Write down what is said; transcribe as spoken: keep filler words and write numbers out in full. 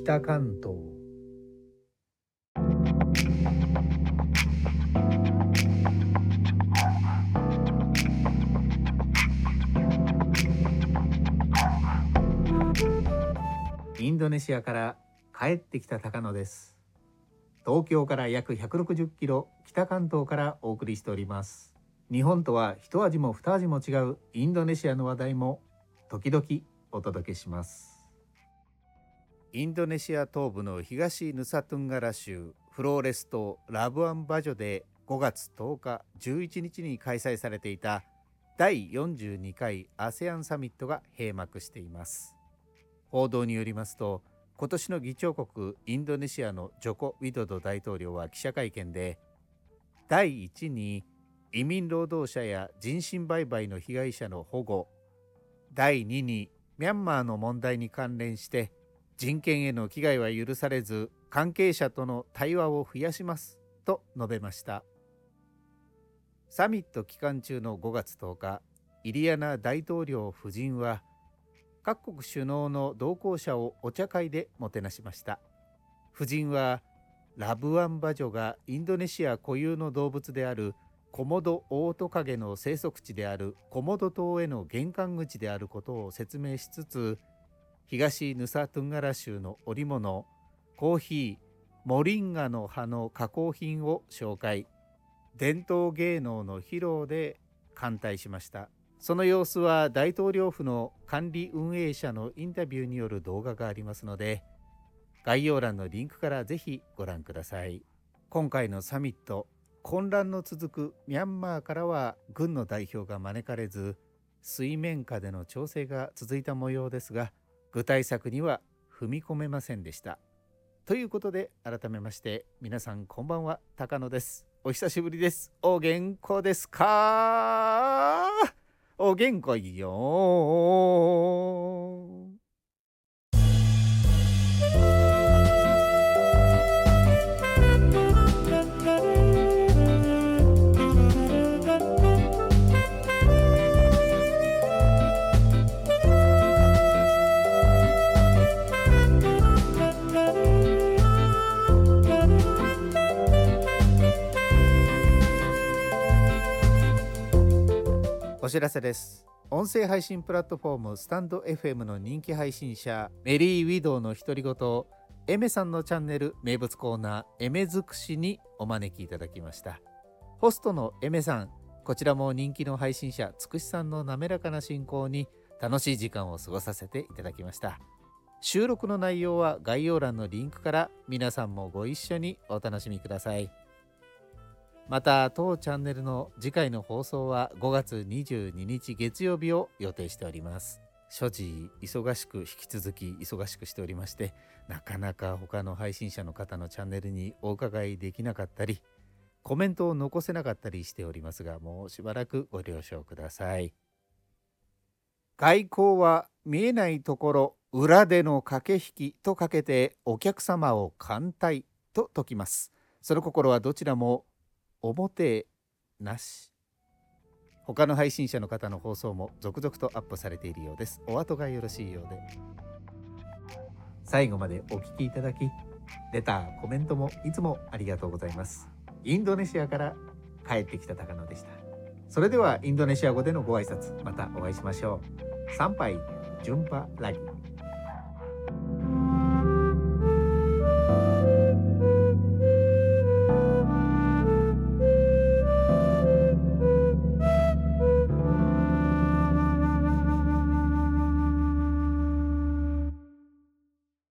北関東。インドネシアから帰ってきた高野です。東京から約ひゃくろくじゅっキロ、北関東からお送りしております。日本とは一味も二味も違うインドネシアの話題も時々お届けします。インドネシア東部の東ヌサトゥンガラ州フローレス島ラブアンバジョでごがつとおか、じゅういちにちに開催されていただいよんじゅうにかい アセアン サミットが閉幕しています。報道によりますと、今年の議長国インドネシアのジョコ・ウィドド大統領は記者会見で、だいいちに移民労働者や人身売買の被害者の保護、だいににミャンマーの問題に関連して人権への危害は許されず、関係者との対話を増やしますと述べました。サミット期間中のごがつとおか、イリアナ大統領夫人は各国首脳の同行者をお茶会でもてなしました。夫人はラブアンバジョがインドネシア固有の動物であるコモドオオトカゲの生息地であるコモド島への玄関口であることを説明しつつ、東ヌサトゥンガラ州の織物、コーヒー、モリンガの葉の加工品を紹介、伝統芸能の披露で歓待しました。その様子は大統領府の管理運営者のインタビューによる動画がありますので、概要欄のリンクからぜひご覧ください。今回のサミット、混乱の続くミャンマーからは軍の代表が招かれず、水面下での調整が続いた模様ですが、具体策には踏み込めませんでした。ということで、改めまして皆さんこんばんは、高野です。お久しぶりです。お元気ですか？お元気よ。お知らせです。音声配信プラットフォームスタンド エフエム の人気配信者メリー・ウィドウの独り言、エメさんのチャンネル名物コーナーエメ尽くしにお招きいただきました。ホストのエメさん、こちらも人気の配信者つくしさんの滑らかな進行に楽しい時間を過ごさせていただきました。収録の内容は概要欄のリンクから皆さんもご一緒にお楽しみください。また当チャンネルの次回の放送はごがつにじゅうににち月曜日を予定しております。所持忙しく引き続き忙しくしておりまして、なかなか他の配信者の方のチャンネルにお伺いできなかったり、コメントを残せなかったりしておりますが、もうしばらくご了承ください。外交は見えないところ、裏での駆け引きとかけてお客様を歓待と説きます。その心はどちらも表なし。他の配信者の方の放送も続々とアップされているようです。お後がよろしいようで。最後までお聞きいただき、レター、コメントもいつもありがとうございます。インドネシアから帰ってきた高野でした。それではインドネシア語でのご挨拶、またお会いしましょう。参拝、ジュンパラギ。